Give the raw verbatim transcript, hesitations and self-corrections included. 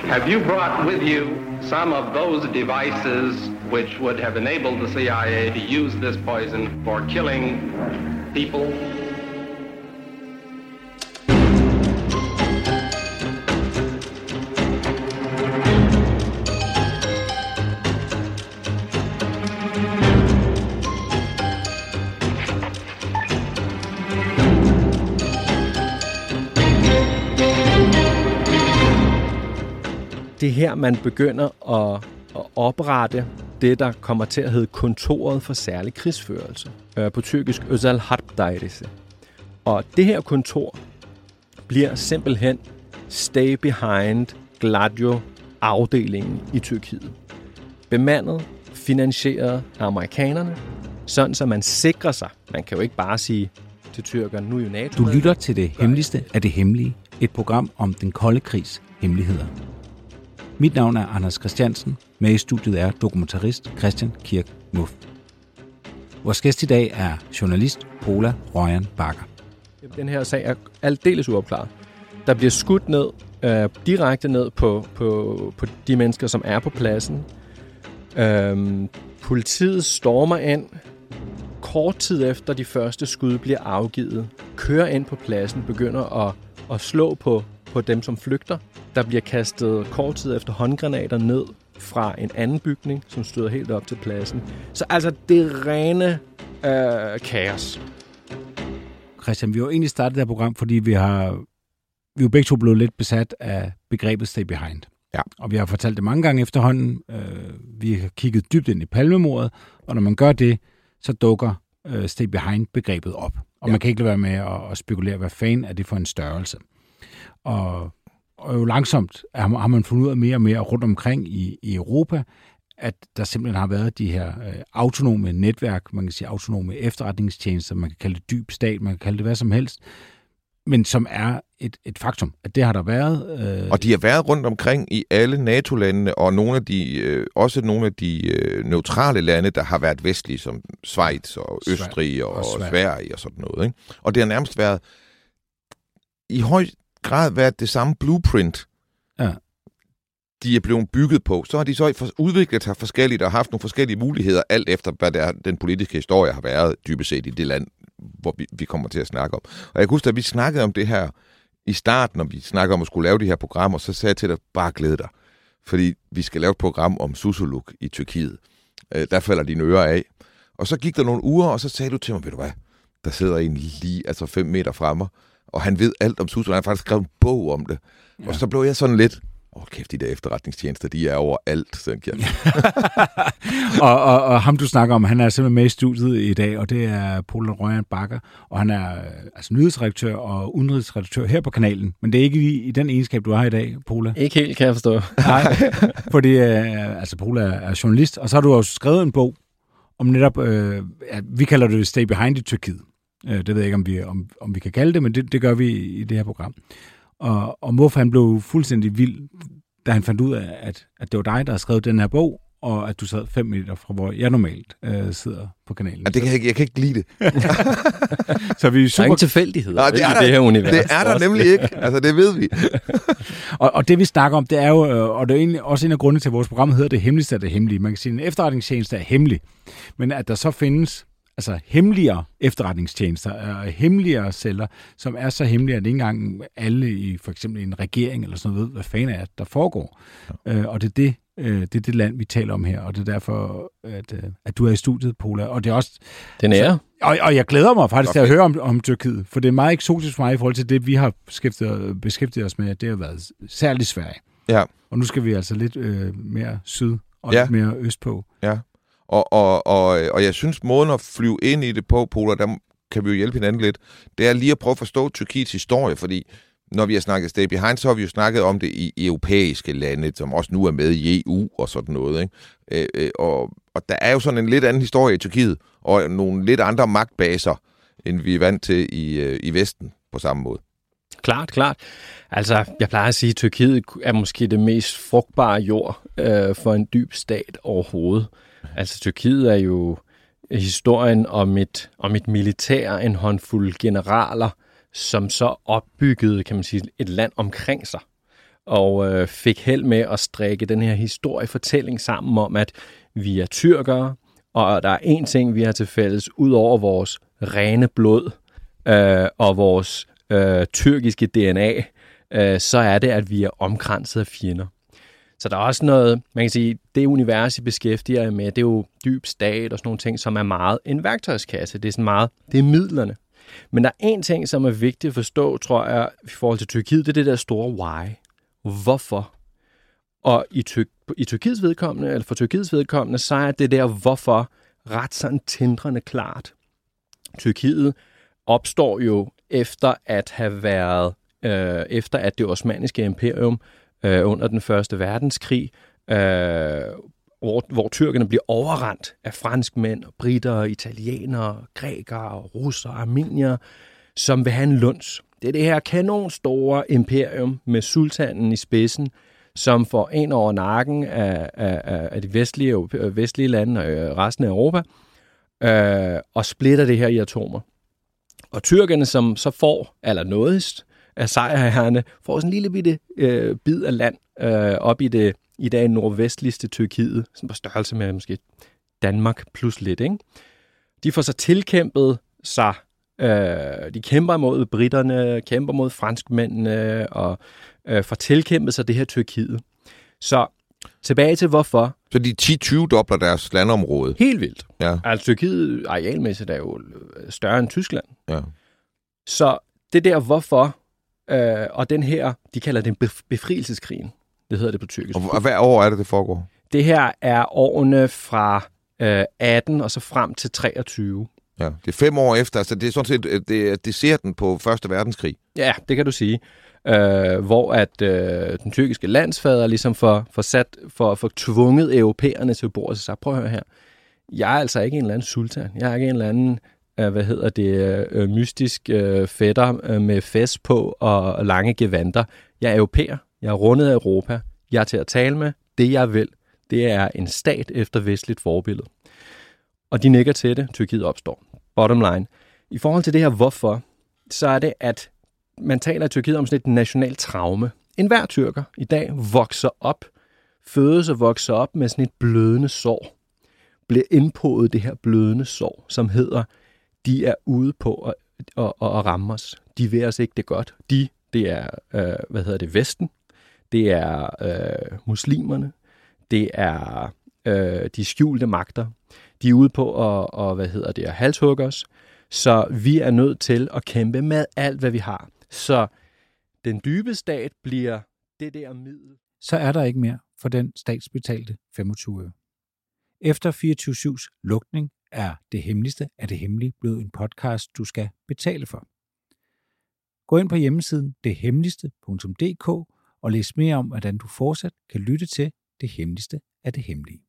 Have you brought with you some of those devices which would have enabled the C I A to use this poison for killing people? Det er her, man begynder at, at oprette det, der kommer til at hedde Kontoret for Særlig Krigsførelse. På tyrkisk Özel Harp Dairesi. Og det her kontor bliver simpelthen Stay Behind Gladio-afdelingen i Tyrkiet. Bemandet, finansieret af amerikanerne, sådan så man sikrer sig. Man kan jo ikke bare sige til tyrkerne, nu er jo NATO. Du lytter til det hemmeligste af det hemmelige. Et program om den kolde krigs hemmeligheder. Mit navn er Anders Christiansen. Med i studiet er dokumentarist Christian Kirk Muff. Vores gæst i dag er journalist Pola Røyan Bakker. Den her sag er aldeles uopklaret. Der bliver skudt ned, øh, direkte ned på, på, på de mennesker, som er på pladsen. Øhm, politiet stormer ind. Kort tid efter de første skud bliver afgivet, kører ind på pladsen, begynder at, at slå på, på dem, som flygter. Der bliver kastet kort tid efter håndgranater ned fra en anden bygning, som støder helt op til pladsen. Så altså, det er rene øh, kaos. Christian, vi har jo egentlig startet det her program, fordi vi har vi er jo begge to blevet lidt besat af begrebet Stay Behind. Ja. Og vi har fortalt det mange gange efterhånden. Øh, vi har kigget dybt ind i Palmemordet, og når man gør det, så dukker øh, Stay Behind-begrebet op. Og ja. Man kan ikke lade være med at, at spekulere, hvad fanden er det for en størrelse. Og Og jo langsomt har man fundet ud af mere og mere rundt omkring i, i Europa, at der simpelthen har været de her øh, autonome netværk, man kan sige autonome efterretningstjenester, man kan kalde det dyb stat, man kan kalde det hvad som helst, men som er et, et faktum, at det har der været. Øh... Og de har været rundt omkring i alle NATO-landene, og nogle af de, øh, også nogle af de øh, neutrale lande, der har været vestlige, som Schweiz og Østrig og, og Sverige. Sverige og sådan noget. Ikke? Og det har nærmest været i høj grad været det samme blueprint, ja. de er blevet bygget på. Så har de så udviklet sig forskelligt og haft nogle forskellige muligheder, alt efter hvad der, den politiske historie har været dybest set i det land, hvor vi, vi kommer til at snakke om. Og jeg kan huske, at vi snakkede om det her i starten, når vi snakkede om at skulle lave de her programmer, så sagde jeg til dig, bare glæd dig. Fordi vi skal lave et program om Susurluk i Tyrkiet. Øh, der falder dine ører af. Og så gik der nogle uger, og så sagde du til mig, ved du hvad, der sidder en lige altså fem meter fremme, og han ved alt om Susurluk. Han har faktisk skrevet en bog om det. Ja. Og så blev jeg sådan lidt, åh oh, kæft, de der efterretningstjenester, de er overalt, sådan jeg. og, og, og ham, du snakker om, han er simpelthen med i studiet i dag, og det er Pola Røyan Bakker, og han er altså nyhedsredaktør og udenrigsredaktør her på kanalen. Men det er ikke i, i den egenskab, du har i dag, Pola. Ikke helt, kan jeg forstå. Nej, fordi altså, Pola er journalist, og så har du også skrevet en bog om netop, øh, ja, vi kalder det Stay Behind i Tyrkiet. Det ved jeg ikke, om vi, om, om vi kan kalde det, men det, det gør vi i det her program. Og, og Muff, han blev fuldstændig vild, da han fandt ud af, at, at det var dig, der havde skrevet den her bog, og at du sad fem meter fra, hvor jeg normalt øh, sidder på kanalen. Ja, det kan jeg, jeg kan ikke lide det. Så vi er super... Der er ingen tilfældigheder Nej, det er i der, det her univers. Det er der nemlig ikke. Altså, det ved vi. og, og det, vi snakker om, det er jo, og det er egentlig også en af grundene til, at vores program hedder Det Hemmeligste af det Hemmelige. Man kan sige, at en efterretningstjeneste er hemmelig, men at der så findes altså hemmeligere efterretningstjenester og hemmeligere celler, som er så hemmelige, at ikke engang alle i for eksempel en regering eller sådan noget ved, hvad fanden er, der foregår. Ja. Øh, og det er det, øh, det er det land, vi taler om her, og det er derfor, at, at du er i studiet, Pola. Og det er også... Den er. Så, og, og jeg glæder mig faktisk til at høre om, om Tyrkiet, for det er meget eksotisk for mig i forhold til det, vi har beskæftiget, beskæftiget os med. Det har været særligt Sverige. Ja. Og nu skal vi altså lidt øh, mere syd og ja. lidt mere øst på. Ja. Og, og, og, og jeg synes, måden at flyve ind i det på, Pola, der kan vi jo hjælpe hinanden lidt, det er lige at prøve at forstå Tyrkiets historie, fordi når vi har snakket Stay Behind, så har vi jo snakket om det i europæiske lande, som også nu er med i E U og sådan noget. Ikke? Øh, og, og der er jo sådan en lidt anden historie i Tyrkiet, og nogle lidt andre magtbaser, end vi er vant til i, i Vesten på samme måde. Klart, klart. Altså, jeg plejer at sige, at Tyrkiet er måske det mest frugtbare jord øh, for en dyb stat overhovedet. Altså, Tyrkiet er jo historien om et, om et militær, en håndfuld generaler, som så opbyggede, kan man sige, et land omkring sig. og øh, fik held med at strikke den her historiefortælling sammen om, at vi er tyrkere, og der er én ting, vi har til fælles, ud over vores rene blod øh, og vores øh, tyrkiske D N A, øh, så er det, at vi er omkranset af fjender. Så der er også noget, man kan sige, det univers, I beskæftiger jer med, det er jo dyb stat og sådan nogle ting, som er meget en værktøjskasse. Det er sådan meget, det er midlerne. Men der er en ting, som er vigtigt at forstå, tror jeg, i forhold til Tyrkiet, det er det der store why. Hvorfor? Og i, Tyr- i Tyrkiets vedkommende, eller for Tyrkiets vedkommende, så er det der hvorfor ret sådan tindrende klart. Tyrkiet opstår jo efter at have været, øh, efter at det osmanniske imperium øh, under den første verdenskrig, øh, hvor, hvor tyrkerne bliver overrendt af franskmænd, britter, italienere, grækere, russere, armenier, som vil have en luns. Det er det her kanonstore imperium med sultanen i spidsen, som får en over nakken af, af, af de vestlige, vestlige lande og resten af Europa, øh, og splitter det her i atomer. Og tyrkerne, som så får allernådigst af sejrherrerne, får sådan en lille bitte øh, bid af land øh, op i det i dag nordvestligste Tyrkiet, sådan på størrelse med måske Danmark plus lidt, ikke? De får så tilkæmpet sig, øh, de kæmper mod britterne, kæmper mod franskmændene, og øh, får tilkæmpet sig det her Tyrkiet. Så tilbage til hvorfor. Så de ti til tyve dobler deres landområde? Helt vildt. Ja. Altså Tyrkiet arealmæssigt er jo større end Tyskland. Ja. Så det der hvorfor, øh, og den her, de kalder det befrielseskrigen. Det hedder det på tyrkisk. Og hvad år er det, det foregår? Det her er årene fra øh, atten og så frem til treogtyve. Ja, det er fem år efter, så det er sådan set, det, det ser den på første verdenskrig. Ja, det kan du sige. Øh, hvor at øh, den tyrkiske landsfader ligesom får, får, sat, for, for tvunget europæerne til bordet og sagt, prøv at høre her, jeg er altså ikke en eller anden sultan. Jeg er ikke en eller anden, øh, hvad hedder det, øh, mystisk øh, fætter øh, med fest på og, og lange gevanter. Jeg er europæer. Jeg er rundet af Europa. Jeg er til at tale med. Det jeg vil, det er en stat efter vestligt forbillede. Og de nikker til det. Tyrkiet opstår. Bottom line. I forhold til det her hvorfor, så er det, at man taler i Tyrkiet om sådan et nationalt traume. En hver tyrker i dag vokser op, fødes og vokser op med sådan et blødende sår. Bliver indpodet det her blødende sår, som hedder, de er ude på at, at, at, at ramme os. De vil os ikke det godt. De, det er, øh, hvad hedder det, Vesten. Det er øh, muslimerne. Det er øh, de skjulte magter. De er ude på at, og, hvad hedder det, at halshugge os. Så vi er nødt til at kæmpe med alt, hvad vi har. Så den dybe stat bliver det der middel. Så er der ikke mere for den statsbetalte femogtyve øre. Efter fireogtyve syvs lukning er Det Hemmeligste af det Hemmelige blevet en podcast, du skal betale for. Gå ind på hjemmesiden det hemmeligste punktum d k og læs mere om, hvordan du fortsat kan lytte til Det Hemmeligste af det Hemmelige.